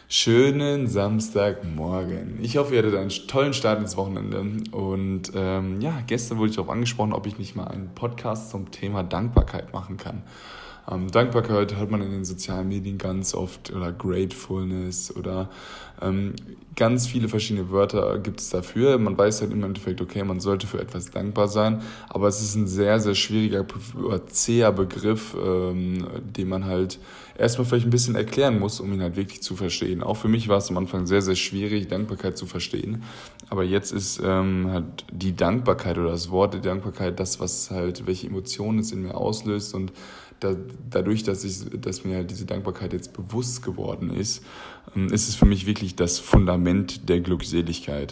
Schönen Samstagmorgen. Ich hoffe, ihr hattet einen tollen Start ins Wochenende. Und gestern wurde ich darauf angesprochen, ob ich nicht mal einen Podcast zum Thema Dankbarkeit machen kann. Dankbarkeit hört man in den sozialen Medien ganz oft oder Gratefulness oder ganz viele verschiedene Wörter gibt es dafür. Man weiß halt im Endeffekt, okay, man sollte für etwas dankbar sein, aber es ist ein sehr, sehr schwieriger, zäher Begriff, den man halt erstmal vielleicht ein bisschen erklären muss, um ihn halt wirklich zu verstehen. Auch für mich war es am Anfang sehr, sehr schwierig, Dankbarkeit zu verstehen, aber jetzt ist halt die Dankbarkeit oder das Wort der Dankbarkeit das, was halt, welche Emotionen es in mir auslöst und dadurch, dass mir halt diese Dankbarkeit jetzt bewusst geworden ist, ist es für mich wirklich das Fundament der Glückseligkeit.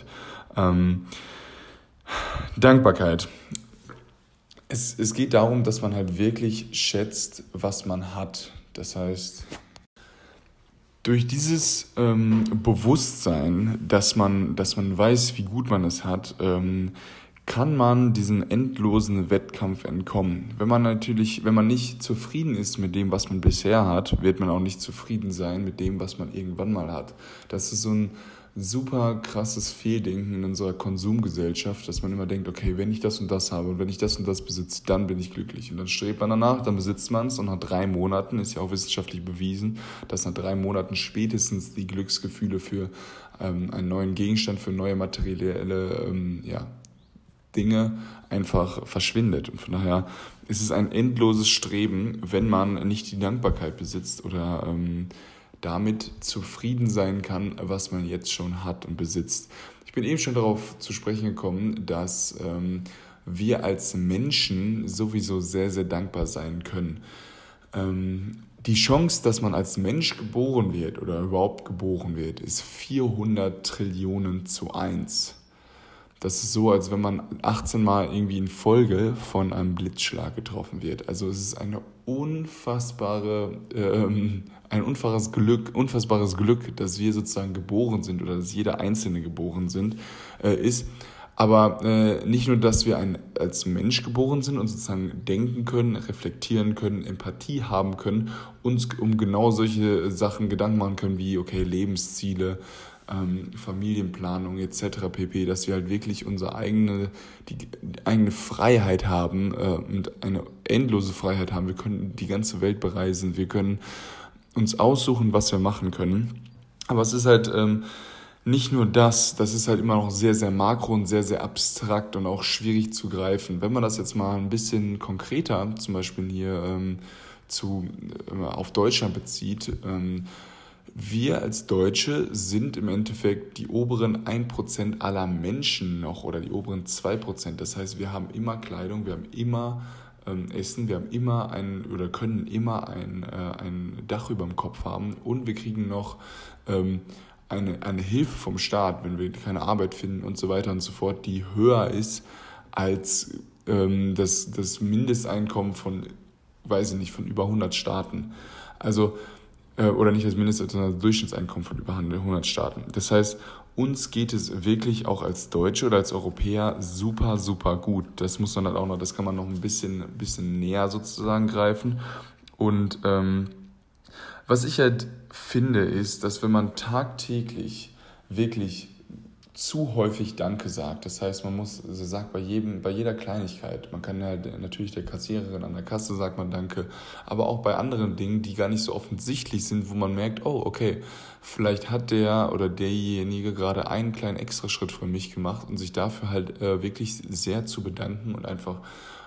Dankbarkeit. Es geht darum, dass man halt wirklich schätzt, was man hat. Das heißt, durch dieses Bewusstsein, dass man weiß, wie gut man es hat, kann man diesen endlosen Wettkampf entkommen. Wenn man nicht zufrieden ist mit dem, was man bisher hat, wird man auch nicht zufrieden sein mit dem, was man irgendwann mal hat. Das ist so ein super krasses Fehldenken in unserer Konsumgesellschaft, dass man immer denkt, okay, wenn ich das und das habe und wenn ich das und das besitze, dann bin ich glücklich. Und dann strebt man danach, dann besitzt man es und nach 3 Monaten, ist ja auch wissenschaftlich bewiesen, dass nach 3 Monaten spätestens die Glücksgefühle für einen neuen Gegenstand, für neue materielle Dinge einfach verschwindet. Und von daher ist es ein endloses Streben, wenn man nicht die Dankbarkeit besitzt oder damit zufrieden sein kann, was man jetzt schon hat und besitzt. Ich bin eben schon darauf zu sprechen gekommen, dass wir als Menschen sowieso sehr, sehr dankbar sein können. Die Chance, dass man als Mensch geboren wird oder überhaupt geboren wird, ist 400 Trillionen zu 1. Das ist so, als wenn man 18 Mal irgendwie in Folge von einem Blitzschlag getroffen wird. Also es ist ein unfassbares Glück, dass wir sozusagen geboren sind oder dass jeder Einzelne geboren ist. Aber nicht nur, dass wir als Mensch geboren sind und sozusagen denken können, reflektieren können, Empathie haben können, uns um genau solche Sachen Gedanken machen können wie, okay, Lebensziele, Familienplanung etc. pp., dass wir halt wirklich die eigene Freiheit haben und eine endlose Freiheit haben. Wir können die ganze Welt bereisen, wir können uns aussuchen, was wir machen können. Aber es ist halt nicht nur das ist halt immer noch sehr, sehr makro und sehr, sehr abstrakt und auch schwierig zu greifen. Wenn man das jetzt mal ein bisschen konkreter, zum Beispiel hier auf Deutschland bezieht, wir als Deutsche sind im Endeffekt die oberen 1% aller Menschen noch oder die oberen 2%. Das heißt, wir haben immer Kleidung, wir haben immer Essen, wir haben können immer ein Dach über dem Kopf haben und wir kriegen noch eine Hilfe vom Staat, wenn wir keine Arbeit finden und so weiter und so fort, die höher ist als das Mindesteinkommen von über 100 Staaten. Also oder nicht das Mindest, sondern das Durchschnittseinkommen von über 100 Staaten. Das heißt, uns geht es wirklich auch als Deutsche oder als Europäer super, super gut. Das muss man halt auch noch, das kann man noch ein bisschen näher sozusagen greifen. Und was ich halt finde, ist, dass wenn man tagtäglich wirklich zu häufig Danke sagt. Das heißt, sagt bei jeder Kleinigkeit, man kann ja natürlich der Kassiererin an der Kasse sagt man Danke, aber auch bei anderen Dingen, die gar nicht so offensichtlich sind, wo man merkt, oh, okay, vielleicht hat der oder derjenige gerade einen kleinen Extraschritt für mich gemacht und sich dafür halt wirklich sehr zu bedanken und einfach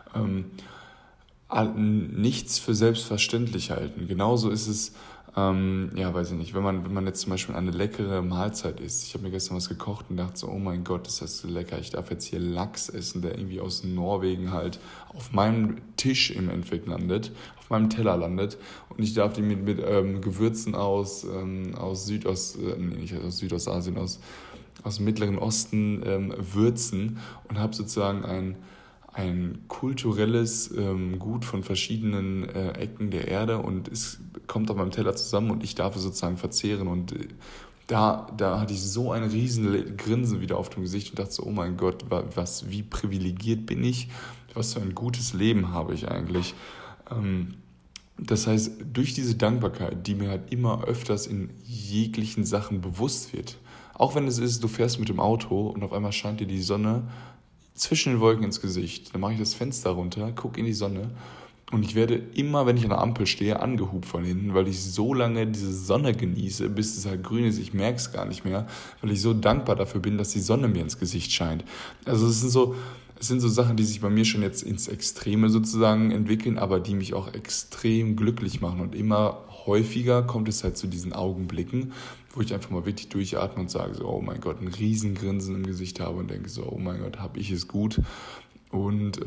nichts für selbstverständlich halten. Genauso ist es wenn man jetzt zum Beispiel eine leckere Mahlzeit isst. Ich habe mir gestern was gekocht und dachte so, oh mein Gott, ist das so lecker. Ich darf jetzt hier Lachs essen, der irgendwie aus Norwegen halt auf meinem Tisch im Endeffekt landet, auf meinem Teller landet. Und ich darf die mit Gewürzen aus Südostasien, aus dem Mittleren Osten würzen und habe sozusagen ein kulturelles Gut von verschiedenen Ecken der Erde und es kommt auf meinem Teller zusammen und ich darf es sozusagen verzehren und da hatte ich so ein riesen Grinsen wieder auf dem Gesicht und dachte so, oh mein Gott, wie privilegiert bin ich, was für ein gutes Leben habe ich eigentlich. Das heißt, durch diese Dankbarkeit, die mir halt immer öfters in jeglichen Sachen bewusst wird, auch wenn es ist, du fährst mit dem Auto und auf einmal scheint dir die Sonne zwischen den Wolken ins Gesicht, dann mache ich das Fenster runter, gucke in die Sonne und ich werde immer, wenn ich an der Ampel stehe, angehupt von hinten, weil ich so lange diese Sonne genieße, bis es halt grün ist, ich merke es gar nicht mehr, weil ich so dankbar dafür bin, dass die Sonne mir ins Gesicht scheint. Also es sind so Sachen, die sich bei mir schon jetzt ins Extreme sozusagen entwickeln, aber die mich auch extrem glücklich machen. Und immer häufiger kommt es halt zu diesen Augenblicken, wo ich einfach mal wirklich durchatme und sage so, oh mein Gott, ein Riesengrinsen im Gesicht habe und denke so, oh mein Gott, habe ich es gut. Und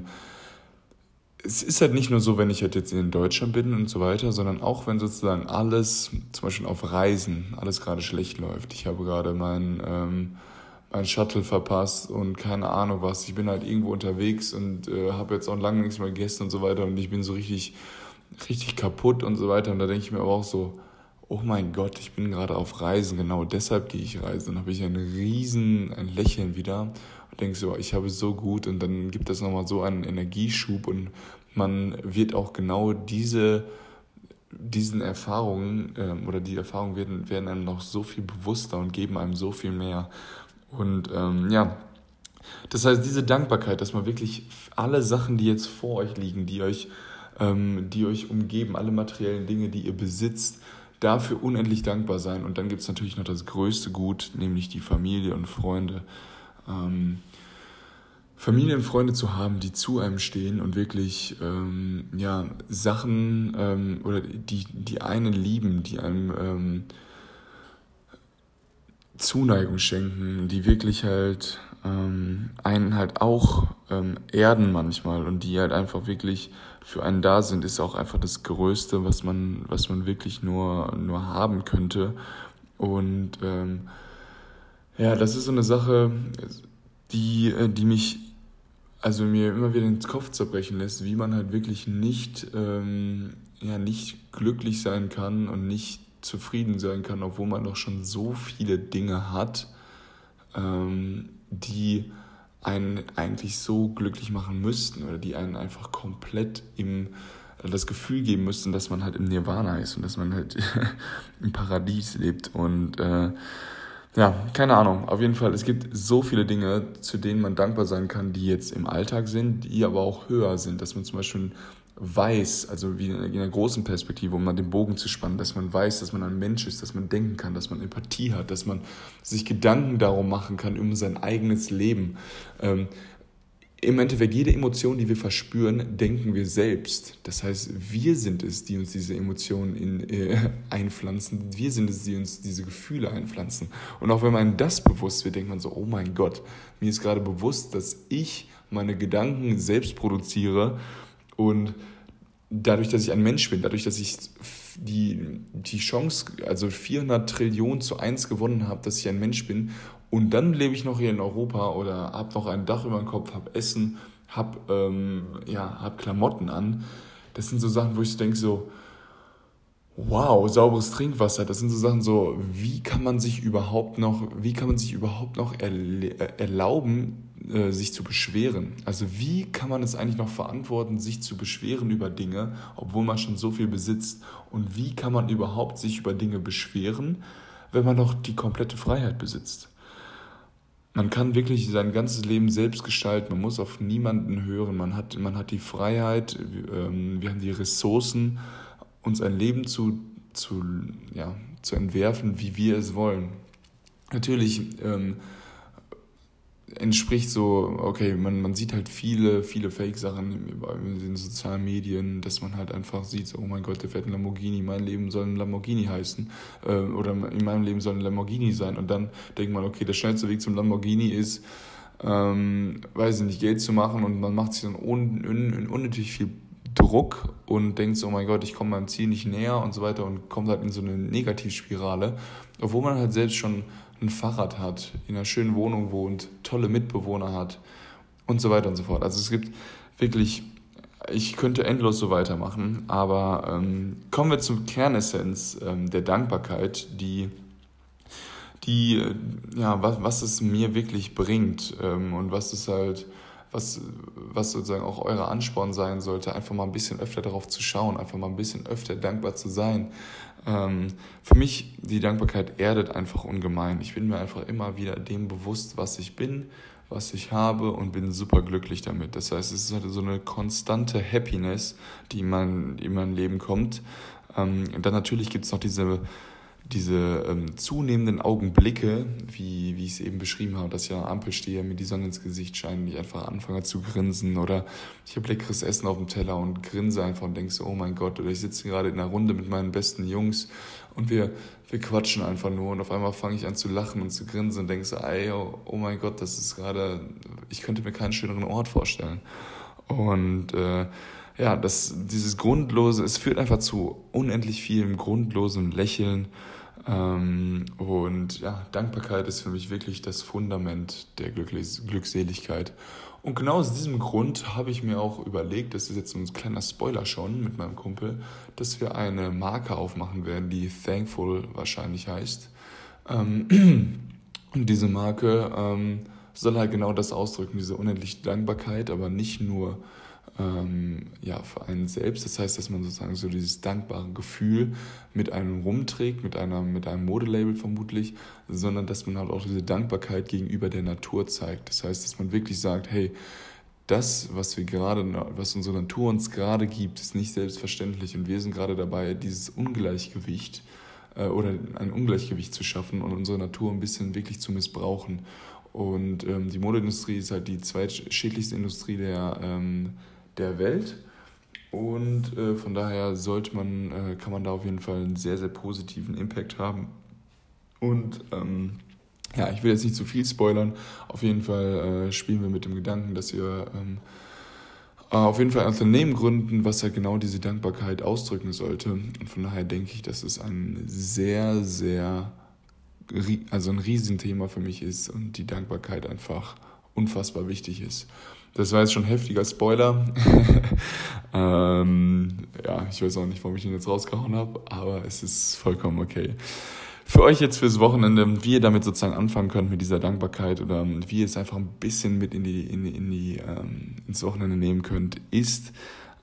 es ist halt nicht nur so, wenn ich halt jetzt in Deutschland bin und so weiter, sondern auch wenn sozusagen alles, zum Beispiel auf Reisen, alles gerade schlecht läuft. Ich habe gerade mein Shuttle verpasst und keine Ahnung was. Ich bin halt irgendwo unterwegs und habe jetzt auch lange nichts mehr gegessen und so weiter und ich bin so richtig, richtig kaputt und so weiter. Und da denke ich mir aber auch so, oh mein Gott, ich bin gerade auf Reisen, genau deshalb gehe ich reisen. Dann habe ich ein Lächeln wieder und denke so, ich habe es so gut und dann gibt das nochmal so einen Energieschub und man wird auch genau diesen Erfahrungen oder die Erfahrungen werden einem noch so viel bewusster und geben einem so viel mehr. Und ja, das heißt, diese Dankbarkeit, dass man wirklich alle Sachen, die jetzt vor euch liegen, die euch umgeben, alle materiellen Dinge, die ihr besitzt, dafür unendlich dankbar sein. Und dann gibt es natürlich noch das größte Gut, nämlich die Familie und Freunde. Familie und Freunde zu haben, die zu einem stehen und wirklich ja, Sachen oder die einen lieben, die einem Zuneigung schenken, die wirklich halt einen halt auch erden manchmal und die halt einfach wirklich für einen da sind, ist auch einfach das Größte, was man wirklich nur haben könnte. Und ja, das ist so eine Sache, die mich, also mir immer wieder ins Kopf zerbrechen lässt, wie man halt wirklich nicht glücklich sein kann und nicht zufrieden sein kann, obwohl man doch schon so viele Dinge hat, die einen eigentlich so glücklich machen müssten oder die einen einfach komplett das Gefühl geben müssten, dass man halt im Nirvana ist und dass man halt im Paradies lebt. Und ja, keine Ahnung. Auf jeden Fall, es gibt so viele Dinge, zu denen man dankbar sein kann, die jetzt im Alltag sind, die aber auch höher sind, dass man zum Beispiel weiß, also wie in einer großen Perspektive, um mal den Bogen zu spannen, dass man weiß, dass man ein Mensch ist, dass man denken kann, dass man Empathie hat, dass man sich Gedanken darum machen kann, um sein eigenes Leben. Im Endeffekt, jede Emotion, die wir verspüren, denken wir selbst. Das heißt, wir sind es, die uns diese Emotionen einpflanzen. Wir sind es, die uns diese Gefühle einpflanzen. Und auch wenn man das bewusst wird, denkt man so, oh mein Gott, mir ist gerade bewusst, dass ich meine Gedanken selbst produziere. Und dadurch, dass ich ein Mensch bin, dadurch, dass ich die Chance, also 400 Trillionen zu 1 gewonnen habe, dass ich ein Mensch bin und dann lebe ich noch hier in Europa oder habe noch ein Dach über dem Kopf, habe Essen, habe Klamotten an. Das sind so Sachen, wo ich so denke, so, wow, sauberes Trinkwasser, das sind so Sachen so, wie kann man sich überhaupt noch erlauben, sich zu beschweren? Also wie kann man es eigentlich noch verantworten, sich zu beschweren über Dinge, obwohl man schon so viel besitzt? Und wie kann man überhaupt sich über Dinge beschweren, wenn man noch die komplette Freiheit besitzt? Man kann wirklich sein ganzes Leben selbst gestalten, man muss auf niemanden hören, man hat die Freiheit, wir haben die Ressourcen, uns ein Leben zu entwerfen, wie wir es wollen. Natürlich entspricht so, okay, man sieht halt viele Fake-Sachen in den sozialen Medien, dass man halt einfach sieht, so, oh mein Gott, der fährt ein Lamborghini, mein Leben soll ein Lamborghini heißen oder in meinem Leben soll ein Lamborghini sein und dann denkt man, okay, der schnellste Weg zum Lamborghini ist, weiß ich nicht, Geld zu machen und man macht sich dann unnötig viel Druck und denkt so, oh mein Gott, ich komme meinem Ziel nicht näher und so weiter und kommt halt in so eine Negativspirale, obwohl man halt selbst schon ein Fahrrad hat, in einer schönen Wohnung wohnt, tolle Mitbewohner hat und so weiter und so fort. Also es gibt wirklich, ich könnte endlos so weitermachen, aber kommen wir zur Kernessenz der Dankbarkeit, was es mir wirklich bringt und was es halt was sozusagen auch euer Ansporn sein sollte, einfach mal ein bisschen öfter darauf zu schauen, einfach mal ein bisschen öfter dankbar zu sein. Für mich, die Dankbarkeit erdet einfach ungemein. Ich bin mir einfach immer wieder dem bewusst, was ich bin, was ich habe und bin super glücklich damit. Das heißt, es ist halt so eine konstante Happiness, die in mein Leben kommt. Dann natürlich gibt es noch diese zunehmenden Augenblicke, wie ich es eben beschrieben habe, dass ich an der Ampel stehe, mir die Sonne ins Gesicht scheint und ich einfach anfange zu grinsen, oder ich habe leckeres Essen auf dem Teller und grinse einfach und denke so, oh mein Gott, oder ich sitze gerade in einer Runde mit meinen besten Jungs und wir quatschen einfach nur und auf einmal fange ich an zu lachen und zu grinsen und denke so, ey, oh mein Gott, das ist gerade, ich könnte mir keinen schöneren Ort vorstellen. Und dieses Grundlose, es führt einfach zu unendlich vielem grundlosem Lächeln. Und ja, Dankbarkeit ist für mich wirklich das Fundament der Glückseligkeit. Und genau aus diesem Grund habe ich mir auch überlegt, das ist jetzt ein kleiner Spoiler schon mit meinem Kumpel, dass wir eine Marke aufmachen werden, die Thankful wahrscheinlich heißt. Und diese Marke soll halt genau das ausdrücken, diese unendliche Dankbarkeit, aber nicht nur für einen selbst. Das heißt, dass man sozusagen so dieses dankbare Gefühl mit einem rumträgt, mit einem Modelabel vermutlich, sondern dass man halt auch diese Dankbarkeit gegenüber der Natur zeigt. Das heißt, dass man wirklich sagt, hey, das, was unsere Natur uns gerade gibt, ist nicht selbstverständlich und wir sind gerade dabei, dieses Ungleichgewicht oder ein Ungleichgewicht zu schaffen und unsere Natur ein bisschen wirklich zu missbrauchen. Und die Modeindustrie ist halt die zweitschädlichste Industrie der Welt, und von daher kann man da auf jeden Fall einen sehr, sehr positiven Impact haben. Und ich will jetzt nicht zu viel spoilern, auf jeden Fall spielen wir mit dem Gedanken, dass wir auf jeden Fall ein Unternehmen gründen, was ja genau diese Dankbarkeit ausdrücken sollte, und von daher denke ich, dass es ein sehr, sehr, also ein Riesenthema für mich ist und die Dankbarkeit einfach unfassbar wichtig ist. Das war jetzt schon ein heftiger Spoiler. Ich weiß auch nicht, warum ich den jetzt rausgehauen habe, aber es ist vollkommen okay. Für euch jetzt fürs Wochenende, wie ihr damit sozusagen anfangen könnt mit dieser Dankbarkeit oder wie ihr es einfach ein bisschen mit ins Wochenende nehmen könnt, ist,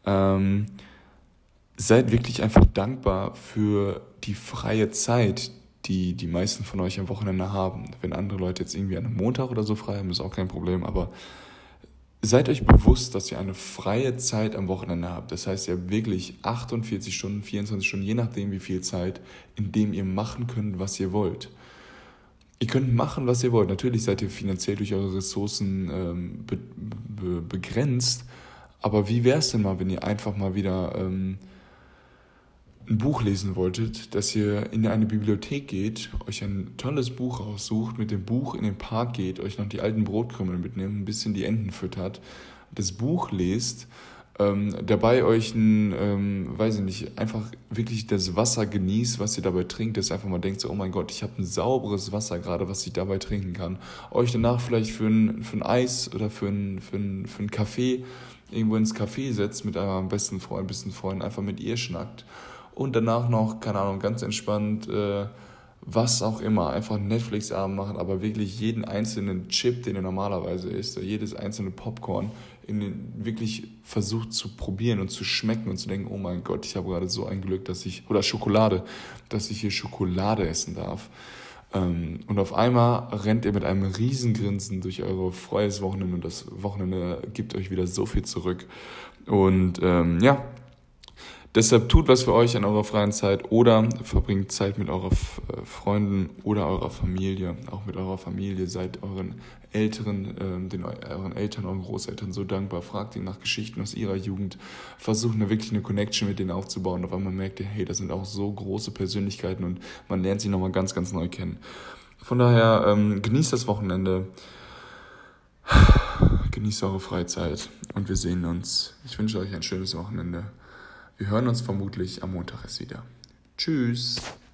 seid wirklich einfach dankbar für die freie Zeit, die die meisten von euch am Wochenende haben. Wenn andere Leute jetzt irgendwie an einem Montag oder so frei haben, ist auch kein Problem, aber seid euch bewusst, dass ihr eine freie Zeit am Wochenende habt. Das heißt, ihr habt wirklich 48 Stunden, 24 Stunden, je nachdem wie viel Zeit, in dem ihr machen könnt, was ihr wollt. Ihr könnt machen, was ihr wollt. Natürlich seid ihr finanziell durch eure Ressourcen begrenzt, aber wie wäre es denn mal, wenn ihr einfach mal wieder ein Buch lesen wolltet, dass ihr in eine Bibliothek geht, euch ein tolles Buch raussucht, mit dem Buch in den Park geht, euch noch die alten Brotkrümel mitnehmt, ein bisschen die Enten füttert, das Buch lest, dabei euch einfach wirklich das Wasser genießt, was ihr dabei trinkt, dass ihr einfach mal denkt, so, oh mein Gott, ich habe ein sauberes Wasser gerade, was ich dabei trinken kann. Euch danach vielleicht für ein Eis oder für einen Kaffee irgendwo ins Café setzt mit eurem besten Freund, einfach mit ihr schnackt. Und danach noch, keine Ahnung, ganz entspannt, was auch immer, einfach einen Netflix-Abend machen, aber wirklich jeden einzelnen Chip, den ihr normalerweise isst, jedes einzelne Popcorn, wirklich versucht zu probieren und zu schmecken und zu denken, oh mein Gott, ich habe gerade so ein Glück, dass ich hier Schokolade essen darf. Und auf einmal rennt ihr mit einem Riesengrinsen durch eure freies Wochenende und das Wochenende gibt euch wieder so viel zurück. Und deshalb tut was für euch in eurer freien Zeit oder verbringt Zeit mit euren Freunden oder eurer Familie. Auch mit eurer Familie, seid euren Eltern, euren Eltern, euren Großeltern so dankbar. Fragt ihn nach Geschichten aus ihrer Jugend. Versucht wirklich eine Connection mit denen aufzubauen. Auf einmal merkt ihr, hey, das sind auch so große Persönlichkeiten und man lernt sie nochmal ganz, ganz neu kennen. Von daher genießt das Wochenende. Genießt eure Freizeit und wir sehen uns. Ich wünsche euch ein schönes Wochenende. Wir hören uns vermutlich am Montag erst wieder. Tschüss.